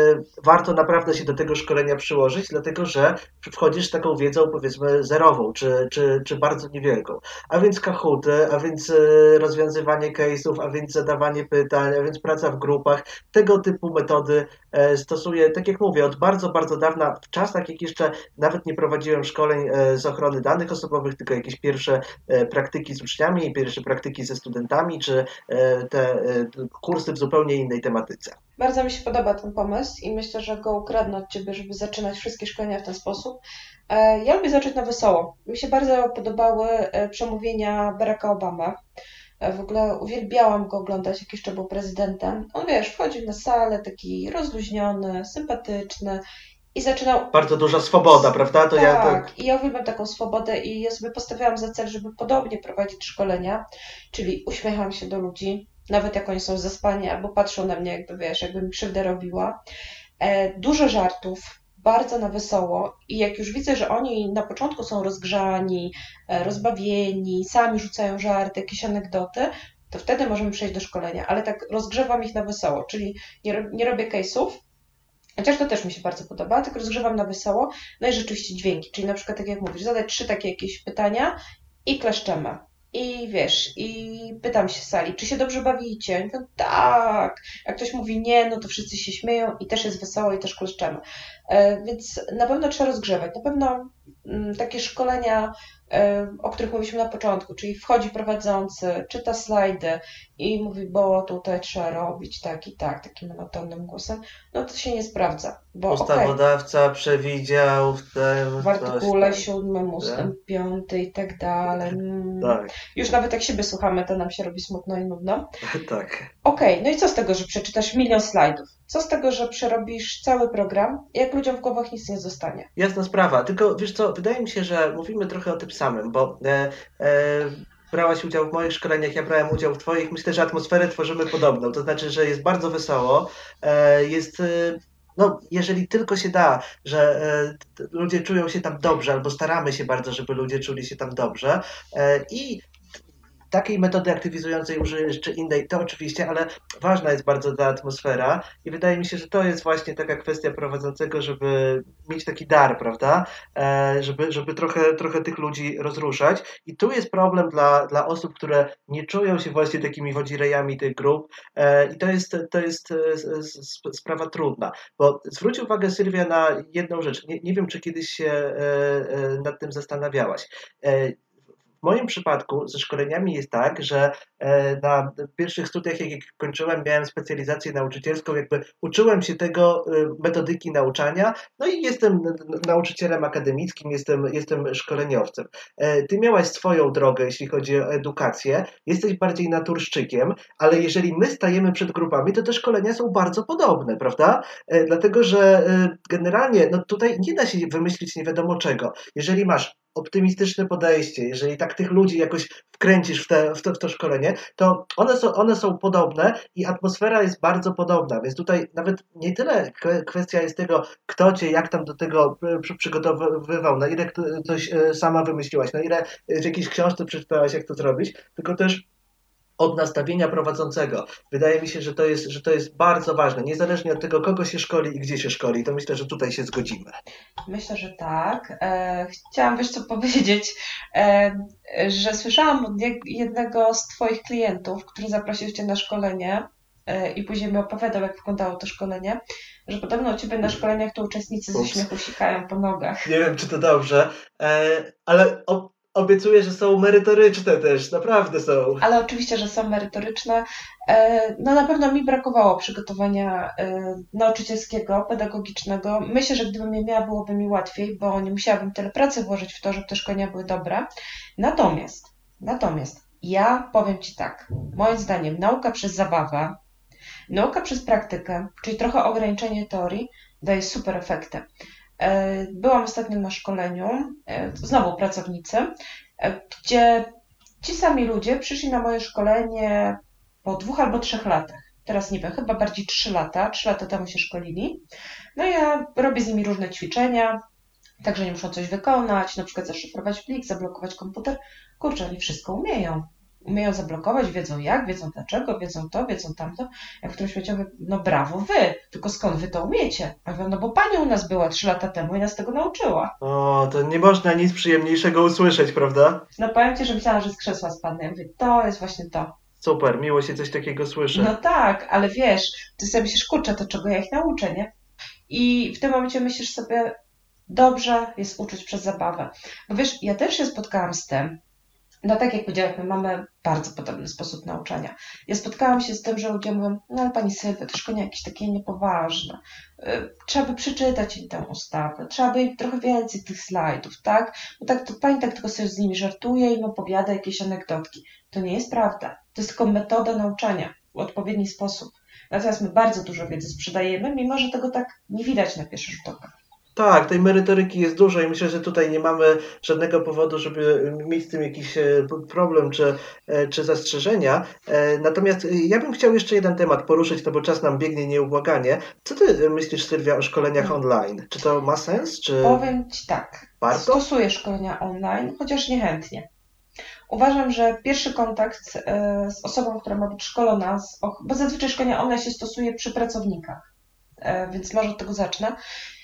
warto naprawdę się do tego szkolenia przyłożyć, dlatego że wchodzisz z taką wiedzą, powiedzmy, zerową, czy bardzo niewielką. A więc Kahooty, a więc rozwiązywanie case'ów, a więc zadawanie pytań, a więc praca w grupach. Tego typu metody stosuję, tak jak mówię, od bardzo, bardzo dawna, w czasach, jak jeszcze nawet nie prowadziłem szkoleń z ochrony danych osobowych, tylko jakieś pierwsze praktyki z uczniami, pierwsze praktyki ze studentami, czy te kursy w zupełnie innej tematyce. Bardzo mi się podoba ten pomysł i myślę, że go ukradnę od Ciebie, żeby zaczynać wszystkie szkolenia w ten sposób. Ja lubię zacząć na wesoło. Mi się bardzo podobały przemówienia Baracka Obamy. W ogóle uwielbiałam go oglądać, jak jeszcze był prezydentem. On, wiesz, wchodził na salę, taki rozluźniony, sympatyczny i zaczynał... Bardzo duża swoboda, prawda? To ja tak. Tak, i ja uwielbiam taką swobodę i ja sobie postawiałam za cel, żeby podobnie prowadzić szkolenia, czyli uśmiecham się do ludzi, nawet jak oni są zaspani albo patrzą na mnie, jakby wiesz, jakbym krzywdę robiła. Dużo żartów, bardzo na wesoło i jak już widzę, że oni na początku są rozgrzani, rozbawieni, sami rzucają żarty, jakieś anegdoty, to wtedy możemy przejść do szkolenia, ale tak rozgrzewam ich na wesoło, czyli nie robię case'ów, chociaż to też mi się bardzo podoba, tylko rozgrzewam na wesoło, no i rzeczywiście dźwięki, czyli na przykład tak jak mówisz, zadać 3 takie jakieś pytania i kleszczemy. I wiesz, i pytam się sali, czy się dobrze bawicie? Oni mówią, tak. Jak ktoś mówi nie, no to wszyscy się śmieją i też jest wesoło i też kleszczemy. Więc na pewno trzeba rozgrzewać. Na pewno takie szkolenia, o których mówiliśmy na początku, czyli wchodzi prowadzący, czyta slajdy i mówi, bo tutaj trzeba robić tak i tak, takim monotonnym głosem, no to się nie sprawdza. Bo Ustawodawca przewidział w tym w artykule coś tam. 7 ustęp 5 i tak dalej. Tak, Już nawet jak siebie słuchamy, to nam się robi smutno i nudno. tak. Okej, no i co z tego, że przeczytasz milion slajdów? Co z tego, że przerobisz cały program, jak ludziom w głowach nic nie zostanie? Jasna sprawa, tylko wiesz co, wydaje mi się, że mówimy trochę o tym samym, bo brałaś udział w moich szkoleniach, ja brałem udział w twoich. Myślę, że atmosferę tworzymy podobną, to znaczy, że jest bardzo wesoło, jest, no, jeżeli tylko się da, że ludzie czują się tam dobrze, albo staramy się bardzo, żeby ludzie czuli się tam dobrze i takiej metody aktywizującej użyjesz czy innej, to oczywiście, ale ważna jest bardzo ta atmosfera i wydaje mi się, że to jest właśnie taka kwestia prowadzącego, żeby mieć taki dar, prawda? Żeby trochę tych ludzi rozruszać. I tu jest problem dla osób, które nie czują się właśnie takimi wodzirejami tych grup i to jest sprawa trudna. Bo zwróć uwagę, Sylwia, na jedną rzecz. Nie wiem, czy kiedyś się nad tym zastanawiałaś. W moim przypadku ze szkoleniami jest tak, że na pierwszych studiach, jak kończyłem, miałem specjalizację nauczycielską, jakby uczyłem się tego metodyki nauczania, no i jestem nauczycielem akademickim, jestem szkoleniowcem. Ty miałaś swoją drogę, jeśli chodzi o edukację, jesteś bardziej naturszczykiem, ale jeżeli my stajemy przed grupami, to te szkolenia są bardzo podobne, prawda? Dlatego, że generalnie no tutaj nie da się wymyślić nie wiadomo czego. Jeżeli masz optymistyczne podejście, jeżeli tak tych ludzi jakoś wkręcisz w to szkolenie, to one są podobne i atmosfera jest bardzo podobna, więc tutaj nawet nie tyle kwestia jest tego, kto cię jak tam do tego przygotowywał, na ile coś sama wymyśliłaś, na ile w jakiejś książce przeczytałaś, jak to zrobić, tylko też od nastawienia prowadzącego. Wydaje mi się, że to jest bardzo ważne, niezależnie od tego, kogo się szkoli i gdzie się szkoli. To myślę, że tutaj się zgodzimy. Myślę, że tak. Chciałam wiesz co powiedzieć, że słyszałam od jednego z Twoich klientów, który zaprosił Cię na szkolenie i później mi opowiadał, jak wyglądało to szkolenie, że podobno u Ciebie na szkoleniach to uczestnicy ze śmiechu sikają po nogach. Nie wiem, czy to dobrze, ale obiecuję, że są merytoryczne też, naprawdę są. Ale oczywiście, że są merytoryczne. No na pewno mi brakowało przygotowania nauczycielskiego, pedagogicznego. Myślę, że gdybym je miała, byłoby mi łatwiej, bo nie musiałabym tyle pracy włożyć w to, żeby te szkolenia były dobre. Natomiast ja powiem Ci tak, moim zdaniem nauka przez zabawę, nauka przez praktykę, czyli trochę ograniczenie teorii, daje super efekty. Byłam ostatnio na szkoleniu, znowu pracownicy, gdzie ci sami ludzie przyszli na moje szkolenie po 2 albo 3 latach. Teraz nie wiem, chyba bardziej 3 lata. 3 lata temu się szkolili. No i ja robię z nimi różne ćwiczenia, także nie muszą coś wykonać, na przykład zaszyfrować plik, zablokować komputer. Kurczę, oni wszystko umieją. Umieją zablokować, wiedzą jak, wiedzą dlaczego, wiedzą to, wiedzą tamto. Jak w którymś momencie mówię, no brawo wy, tylko skąd wy to umiecie? A mówię, no bo pani u nas była 3 lata temu i nas tego nauczyła. O, to nie można nic przyjemniejszego usłyszeć, prawda? No powiem ci, że myślałam, że z krzesła spadnę. Ja mówię, to jest właśnie to. Super, miło się coś takiego słyszy. No tak, ale wiesz, ty sobie myślisz, kurczę, to czego ja ich nauczę, nie? I w tym momencie myślisz sobie, dobrze jest uczyć przez zabawę. Bo wiesz, ja też się spotkałam z tym, no tak jak powiedziałam, my mamy bardzo podobny sposób nauczania. Ja spotkałam się z tym, że ludzie mówią, no ale pani Sylwia, to szkolenie jakieś takie niepoważne. Trzeba by przeczytać im tę ustawę, trzeba by im trochę więcej tych slajdów, tak? Bo tak to pani tak tylko sobie z nimi żartuje i im opowiada jakieś anegdotki. To nie jest prawda. To jest tylko metoda nauczania w odpowiedni sposób. Natomiast my bardzo dużo wiedzy sprzedajemy, mimo że tego tak nie widać na pierwszy rzut oka. Tak, tej merytoryki jest dużo i myślę, że tutaj nie mamy żadnego powodu, żeby mieć z tym jakiś problem czy zastrzeżenia. Natomiast ja bym chciał jeszcze jeden temat poruszyć, no bo czas nam biegnie nieubłaganie. Co ty myślisz, Sylwia, o szkoleniach online? Czy to ma sens? Czy Powiem ci tak, warto? stosuję szkolenia online, chociaż niechętnie. Uważam, że pierwszy kontakt z osobą, która ma być szkolona, bo zazwyczaj szkolenia online się stosuje przy pracownikach, więc może od tego zacznę.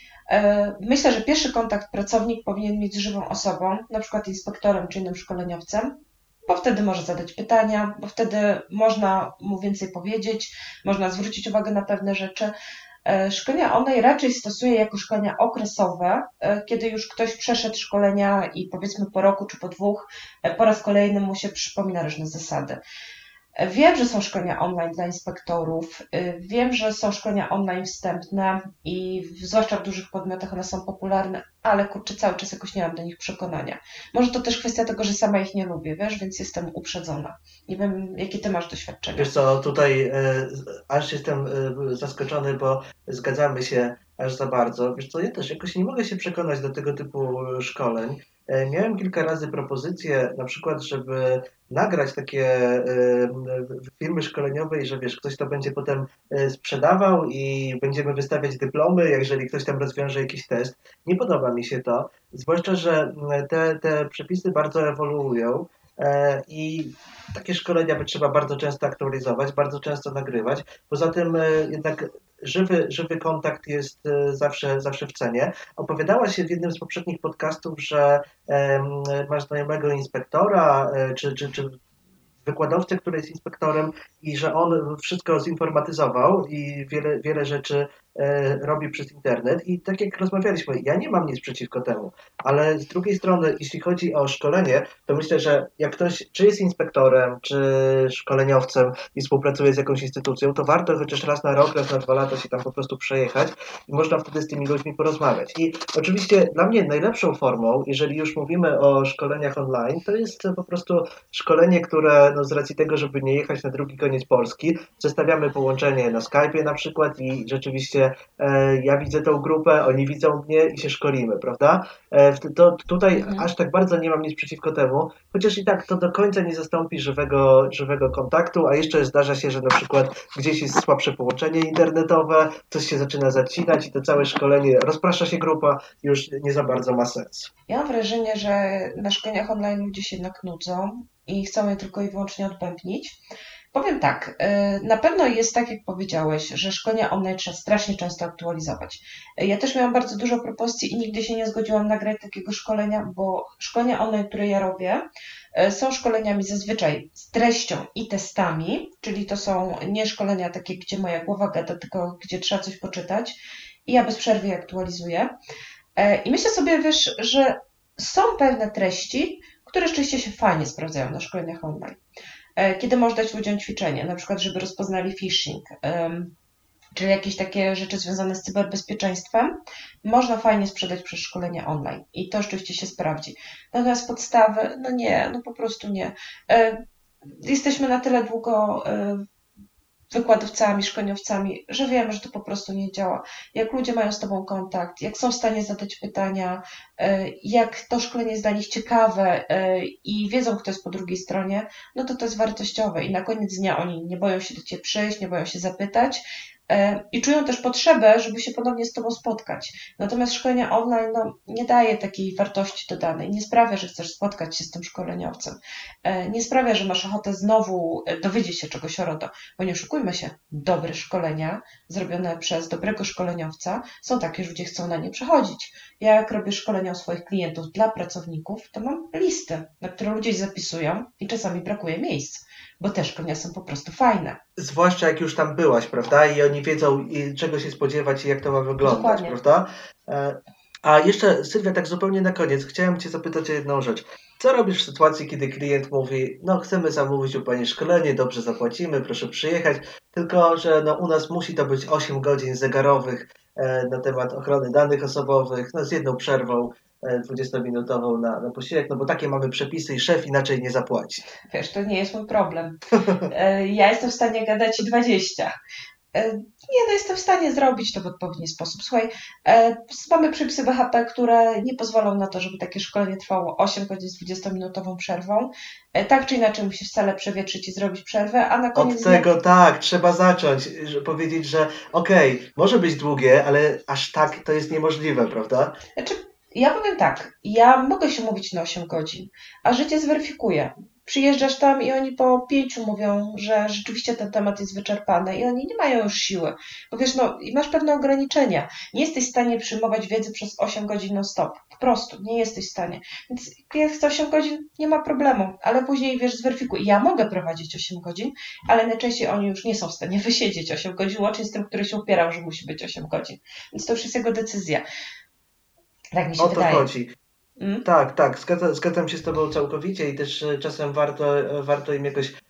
Myślę, że pierwszy kontakt pracownik powinien mieć z żywą osobą, na przykład inspektorem czy innym szkoleniowcem, bo wtedy może zadać pytania, bo wtedy można mu więcej powiedzieć, można zwrócić uwagę na pewne rzeczy. Szkolenia online raczej stosuję jako szkolenia okresowe, kiedy już ktoś przeszedł szkolenia i powiedzmy po roku czy po 2, po raz kolejny mu się przypomina różne zasady. Wiem, że są szkolenia online dla inspektorów, wiem, że są szkolenia online wstępne i zwłaszcza w dużych podmiotach one są popularne, ale kurczę, cały czas jakoś nie mam do nich przekonania. Może to też kwestia tego, że sama ich nie lubię, wiesz, więc jestem uprzedzona. Nie wiem, jakie ty masz doświadczenia. Wiesz co, tutaj aż jestem zaskoczony, bo zgadzamy się aż za bardzo. Wiesz co, ja też jakoś nie mogę się przekonać do tego typu szkoleń. Miałem kilka razy propozycje, na przykład, żeby nagrać takie filmy szkoleniowe i że wiesz, ktoś to będzie potem sprzedawał i będziemy wystawiać dyplomy, jeżeli ktoś tam rozwiąże jakiś test. Nie podoba mi się to, zwłaszcza, że te przepisy bardzo ewoluują. I takie szkolenia by trzeba bardzo często aktualizować, bardzo często nagrywać. Poza tym jednak żywy kontakt jest zawsze w cenie. Opowiadała się w jednym z poprzednich podcastów, że masz znajomego inspektora, czy wykładowcę, który jest inspektorem i że on wszystko zinformatyzował i wiele rzeczy robi przez internet. I tak jak rozmawialiśmy, ja nie mam nic przeciwko temu, ale z drugiej strony, jeśli chodzi o szkolenie, to myślę, że jak ktoś czy jest inspektorem, czy szkoleniowcem i współpracuje z jakąś instytucją, to warto chociaż raz na rok, raz na 2 lata się tam po prostu przejechać i można wtedy z tymi ludźmi porozmawiać. I oczywiście dla mnie najlepszą formą, jeżeli już mówimy o szkoleniach online, to jest po prostu szkolenie, które no z racji tego, żeby nie jechać na drugi koniec Polski, przestawiamy połączenie na Skype'ie na przykład i rzeczywiście ja widzę tą grupę, oni widzą mnie i się szkolimy, prawda? To tutaj Mhm. aż tak bardzo nie mam nic przeciwko temu, chociaż i tak to do końca nie zastąpi żywego kontaktu, a jeszcze zdarza się, że na przykład gdzieś jest słabsze połączenie internetowe, coś się zaczyna zacinać i to całe szkolenie, rozprasza się grupa, już nie za bardzo ma sens. Ja mam wrażenie, że na szkoleniach online ludzie się jednak nudzą i chcą je tylko i wyłącznie odbębnić. Powiem tak, na pewno jest tak, jak powiedziałeś, że szkolenia online trzeba strasznie często aktualizować. Ja też miałam bardzo dużo propozycji i nigdy się nie zgodziłam nagrać takiego szkolenia, bo szkolenia online, które ja robię, są szkoleniami zazwyczaj z treścią i testami, czyli to są nie szkolenia takie, gdzie moja głowa gada, tylko gdzie trzeba coś poczytać i ja bez przerwy je aktualizuję. I myślę sobie, wiesz, że są pewne treści, które rzeczywiście się fajnie sprawdzają na szkoleniach online. Kiedy możesz dać ludziom ćwiczenie, na przykład, żeby rozpoznali phishing, czyli jakieś takie rzeczy związane z cyberbezpieczeństwem, można fajnie sprzedać przez szkolenia online i to rzeczywiście się sprawdzi. Natomiast podstawy, no nie, no po prostu nie. Jesteśmy na tyle długo wykładowcami, szkoleniowcami, że wiemy, że to po prostu nie działa. Jak ludzie mają z Tobą kontakt, jak są w stanie zadać pytania, jak to szkolenie jest dla nich ciekawe i wiedzą, kto jest po drugiej stronie, no to jest wartościowe i na koniec dnia oni nie boją się do Ciebie przyjść, nie boją się zapytać i czują też potrzebę, żeby się ponownie z Tobą spotkać. Natomiast szkolenia online nie daje takiej wartości dodanej, nie sprawia, że chcesz spotkać się z tym szkoleniowcem, nie sprawia, że masz ochotę znowu dowiedzieć się czegoś o RODO, bo nie oszukujmy się, dobre szkolenia zrobione przez dobrego szkoleniowca są takie, że ludzie chcą na nie przechodzić. Ja jak robię szkolenia u swoich klientów dla pracowników, to mam listy, na które ludzie się zapisują i czasami brakuje miejsc, bo te szkolenia są po prostu fajne. Zwłaszcza jak już tam byłaś, prawda? I oni wiedzą, czego się spodziewać i jak to ma wyglądać, Dokładnie. prawda? A jeszcze, Sylwia, tak zupełnie na koniec, chciałem Cię zapytać o jedną rzecz. Co robisz w sytuacji, kiedy klient mówi, no chcemy zamówić u Pani szkolenie, dobrze zapłacimy, proszę przyjechać, tylko że no, u nas musi to być 8 godzin zegarowych na temat ochrony danych osobowych, no, z jedną przerwą 20-minutową na posiłek, no bo takie mamy przepisy i szef inaczej nie zapłaci. Wiesz, to nie jest mój problem. Ja jestem w stanie gadać i 20. Nie, no jestem w stanie zrobić to w odpowiedni sposób. Słuchaj, mamy przepisy BHP, które nie pozwolą na to, żeby takie szkolenie trwało 8 godzin z 20-minutową przerwą. Tak czy inaczej musisz salę przewietrzyć i zrobić przerwę, a na koniec Od dnia... tego tak, trzeba zacząć, powiedzieć, że okej, może być długie, ale aż tak to jest niemożliwe, prawda? Znaczy, ja powiem tak, ja mogę się mówić na 8 godzin, a życie zweryfikuje. Przyjeżdżasz tam i oni po 5 mówią, że rzeczywiście ten temat jest wyczerpany i oni nie mają już siły. Bo wiesz, no i masz pewne ograniczenia. Nie jesteś w stanie przyjmować wiedzy przez 8 godzin non stop. Po prostu nie jesteś w stanie. Więc klient chce 8 godzin, nie ma problemu, ale później wiesz, zweryfikuj. Ja mogę prowadzić 8 godzin, ale najczęściej oni już nie są w stanie wysiedzieć 8 godzin, łącznie z tym, który się upierał, że musi być 8 godzin. Więc to już jest jego decyzja. Tak mi się O to wydaje. chodzi. Mm? Tak, zgadzam się z Tobą całkowicie i też czasem warto im jakoś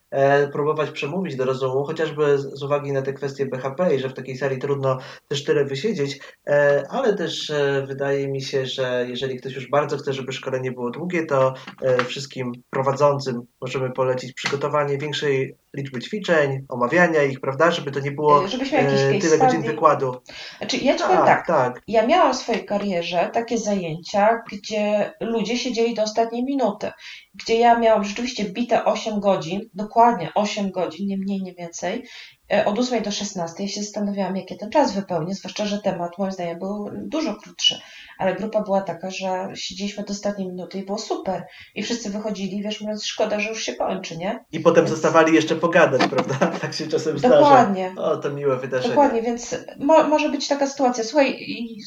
próbować przemówić do rozumu, chociażby z uwagi na te kwestie BHP i że w takiej sali trudno też tyle wysiedzieć, ale też wydaje mi się, że jeżeli ktoś już bardzo chce, żeby szkolenie było długie, to wszystkim prowadzącym możemy polecić przygotowanie większej liczby ćwiczeń, omawiania ich, prawda, żeby to nie było Żebyś miał jakiś case tyle godzin study. wykładu. Znaczy, ja ci powiem Tak, tak, tak. ja miałam w swojej karierze takie zajęcia, gdzie ludzie siedzieli do ostatniej minuty, gdzie ja miałam rzeczywiście bite 8 godzin, dokładnie 8 godzin, nie mniej, nie więcej, od 8 do 16. Ja się zastanawiałam, jak ja ten czas wypełnię, zwłaszcza, że temat moim zdaniem był dużo krótszy, ale grupa była taka, że siedzieliśmy do ostatniej minuty i było super. I wszyscy wychodzili, wiesz, mówiąc, szkoda, że już się kończy, nie? I potem Więc zostawali jeszcze pogadać, prawda? Tak się czasem zdarza. dokładnie. O, to miłe wydarzenie. Dokładnie, więc może być taka sytuacja. Słuchaj, i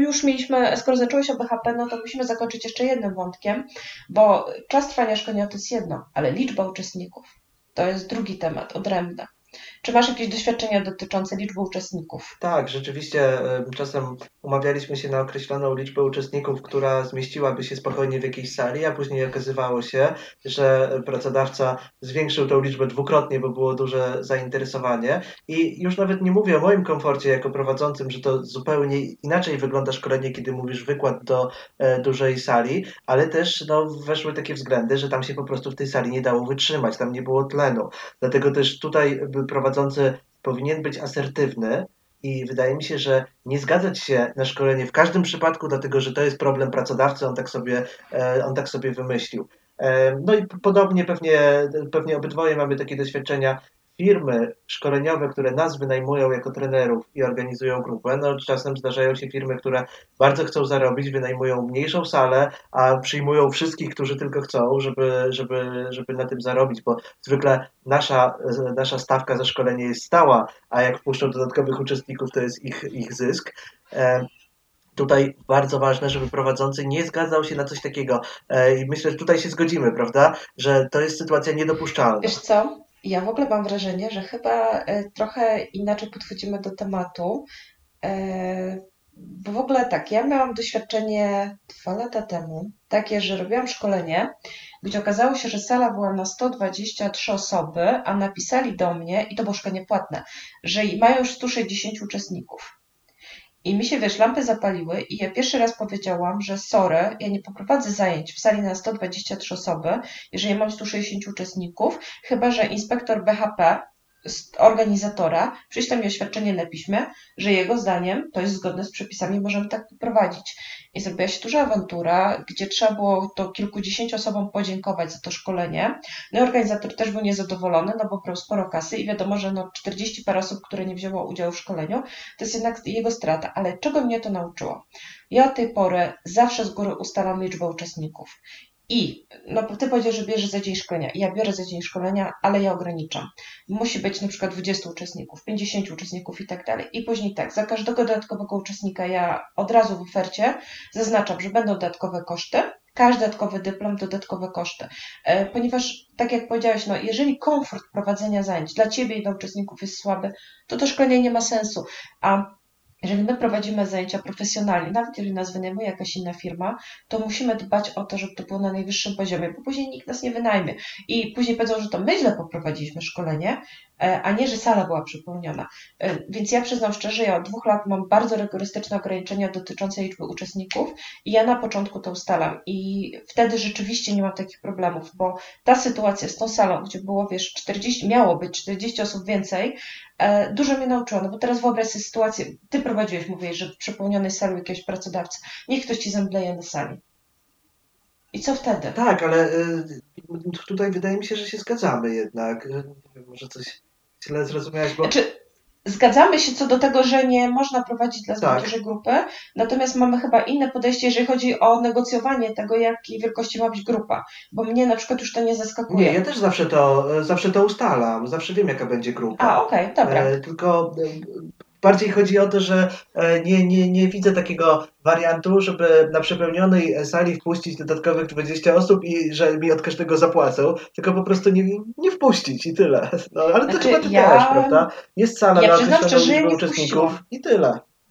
skoro zacząłeś o BHP, no to musimy zakończyć jeszcze jednym wątkiem, bo czas trwania szkolenia to jest jedno, ale liczba uczestników to jest drugi temat, odrębny. Czy masz jakieś doświadczenia dotyczące liczby uczestników? Tak, rzeczywiście czasem umawialiśmy się na określoną liczbę uczestników, która zmieściłaby się spokojnie w jakiejś sali, a później okazywało się, że pracodawca zwiększył tą liczbę dwukrotnie, bo było duże zainteresowanie. I już nawet nie mówię o moim komforcie jako prowadzącym, że to zupełnie inaczej wygląda szkolenie, kiedy mówisz wykład do dużej sali, ale też no, weszły takie względy, że tam się po prostu w tej sali nie dało wytrzymać, tam nie było tlenu. Dlatego też tutaj prowadzący powinien być asertywny i wydaje mi się, że nie zgadzać się na szkolenie w każdym przypadku, dlatego że to jest problem pracodawcy, on tak sobie wymyślił. No i podobnie pewnie obydwoje mamy takie doświadczenia. Firmy szkoleniowe, które nas wynajmują jako trenerów i organizują grupę, no czasem zdarzają się firmy, które bardzo chcą zarobić, wynajmują mniejszą salę, a przyjmują wszystkich, którzy tylko chcą, żeby na tym zarobić, bo zwykle nasza stawka za szkolenie jest stała, a jak wpuszczą dodatkowych uczestników, to jest ich zysk. Tutaj bardzo ważne, żeby prowadzący nie zgadzał się na coś takiego. I myślę, że tutaj się zgodzimy, prawda? Że to jest sytuacja niedopuszczalna. Wiesz co? Ja w ogóle mam wrażenie, że chyba trochę inaczej podchodzimy do tematu. Bo w ogóle tak, ja miałam doświadczenie 2 lata temu, takie, że robiłam szkolenie, gdzie okazało się, że sala była na 123 osoby, a napisali do mnie, i to było szkolenie płatne, że mają już 160 uczestników. I mi się, wiesz, lampy zapaliły i ja pierwszy raz powiedziałam, że sorry, ja nie poprowadzę zajęć w sali na 123 osoby, jeżeli mam 160 uczestników, chyba że inspektor BHP, organizatora, przyśle mi oświadczenie na piśmie, że jego zdaniem to jest zgodne z przepisami, możemy tak poprowadzić. I zrobiła się duża awantura, gdzie trzeba było to kilkudziesięciu osobom podziękować za to szkolenie. No i organizator też był niezadowolony, no bo brał sporo kasy i wiadomo, że no 40 parę osób, które nie wzięło udziału w szkoleniu, to jest jednak jego strata. Ale czego mnie to nauczyło? Ja od tej pory zawsze z góry ustalam liczbę uczestników. I no, ty powiedziałeś, że bierzesz za dzień szkolenia. Ja biorę za dzień szkolenia, ale ja ograniczam. Musi być na przykład 20 uczestników, 50 uczestników i tak dalej. I później tak, za każdego dodatkowego uczestnika ja od razu w ofercie zaznaczam, że będą dodatkowe koszty. Każdy dodatkowy dyplom, dodatkowe koszty. Ponieważ, tak jak powiedziałeś, no, jeżeli komfort prowadzenia zajęć dla ciebie i dla uczestników jest słaby, to szkolenie nie ma sensu. A jeżeli my prowadzimy zajęcia profesjonalnie, nawet jeżeli nas wynajmuje jakaś inna firma, to musimy dbać o to, żeby to było na najwyższym poziomie, bo później nikt nas nie wynajmie. I później powiedzą, że to my źle poprowadziliśmy szkolenie, a nie, że sala była przepełniona. Więc ja przyznam szczerze, ja od 2 lat mam bardzo rygorystyczne ograniczenia dotyczące liczby uczestników i ja na początku to ustalam. I wtedy rzeczywiście nie mam takich problemów, bo ta sytuacja z tą salą, gdzie było, wiesz, 40, miało być 40 osób więcej, dużo mnie nauczyło, no bo teraz wyobraź sobie sytuację, ty prowadziłeś, mówiłeś, że w przepełnionej sali jakiegoś pracodawcy, niech ktoś ci zemdleje na sali. I co wtedy? Tak, ale tutaj wydaje mi się, że się zgadzamy jednak. Nie wiem, może coś źle zrozumiałeś, bo Znaczy, zgadzamy się co do tego, że nie można prowadzić dla zbyt tak. dużej grupy, natomiast mamy chyba inne podejście, jeżeli chodzi o negocjowanie tego, jakiej wielkości ma być grupa, bo mnie na przykład już to nie zaskakuje. Nie, ja też zawsze to ustalam, zawsze wiem, jaka będzie grupa. Okej, dobra. Tylko bardziej chodzi o to, że nie widzę takiego wariantu, żeby na przepełnionej sali wpuścić dodatkowych 20 osób i że mi od każdego zapłacą, tylko po prostu nie wpuścić i tyle. No, ale to Znaczy, chyba ty też, prawda? Jest sala ja na przyznam określoną szczerze, liczbę nie uczestników wpuściłam. i tyle.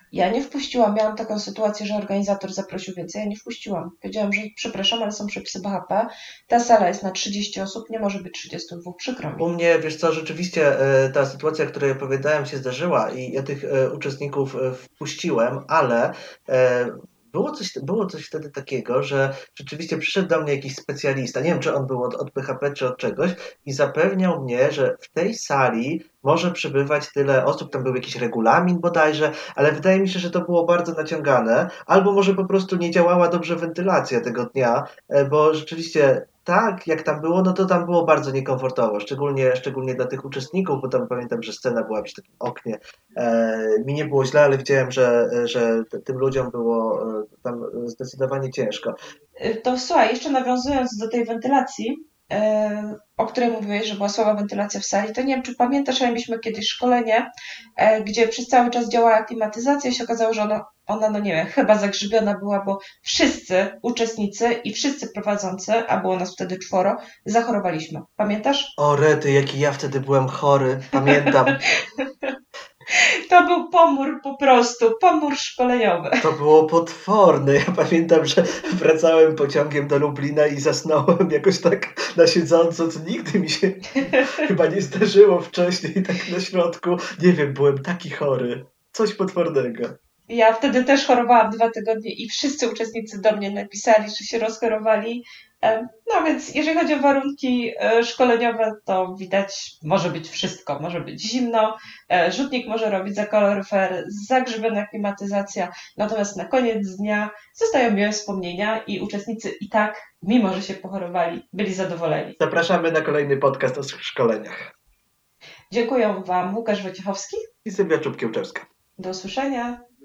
Ja nie wpuściłam, miałam taką sytuację, że organizator zaprosił więcej, ja nie wpuściłam. Powiedziałam, że przepraszam, ale są przepisy BHP, ta sala jest na 30 osób, nie może być 32, przykro mi. U mnie, wiesz co, rzeczywiście ta sytuacja, o której opowiadałem, się zdarzyła i ja tych uczestników wpuściłem, ale było coś wtedy takiego, że rzeczywiście przyszedł do mnie jakiś specjalista, nie wiem czy on był od PHP czy od czegoś i zapewniał mnie, że w tej sali może przybywać tyle osób, tam był jakiś regulamin bodajże, ale wydaje mi się, że to było bardzo naciągane, albo może po prostu nie działała dobrze wentylacja tego dnia, bo rzeczywiście tak, jak tam było, no to tam było bardzo niekomfortowo, szczególnie dla tych uczestników, bo tam pamiętam, że scena była przy takim oknie. Mi nie było źle, ale widziałem, że tym ludziom było tam zdecydowanie ciężko. To słuchaj, jeszcze nawiązując do tej wentylacji, o której mówiłeś, że była słaba wentylacja w sali, to nie wiem, czy pamiętasz, ale mieliśmy kiedyś szkolenie, gdzie przez cały czas działała klimatyzacja i się okazało, że ona, no nie wiem, chyba zagrzybiona była, bo wszyscy uczestnicy i wszyscy prowadzący, a było nas wtedy 4, zachorowaliśmy. Pamiętasz? O rety, jaki ja wtedy byłem chory, pamiętam. To był pomór po prostu, pomór szkoleniowy. To było potworne. Ja pamiętam, że wracałem pociągiem do Lublina i zasnąłem jakoś tak na siedząco, co nigdy mi się chyba nie zdarzyło wcześniej, tak na środku. Nie wiem, byłem taki chory. Coś potwornego. Ja wtedy też chorowałam 2 tygodnie i wszyscy uczestnicy do mnie napisali, że się rozchorowali. No więc jeżeli chodzi o warunki szkoleniowe, to widać, może być wszystko. Może być zimno, rzutnik może robić za kaloryfer, zagrzybiona klimatyzacja, natomiast na koniec dnia zostają miłe wspomnienia i uczestnicy i tak, mimo że się pochorowali, byli zadowoleni. Zapraszamy na kolejny podcast o szkoleniach. Dziękuję Wam Łukasz Wojciechowski. I Sylwia Czubkiełczewska. Do usłyszenia.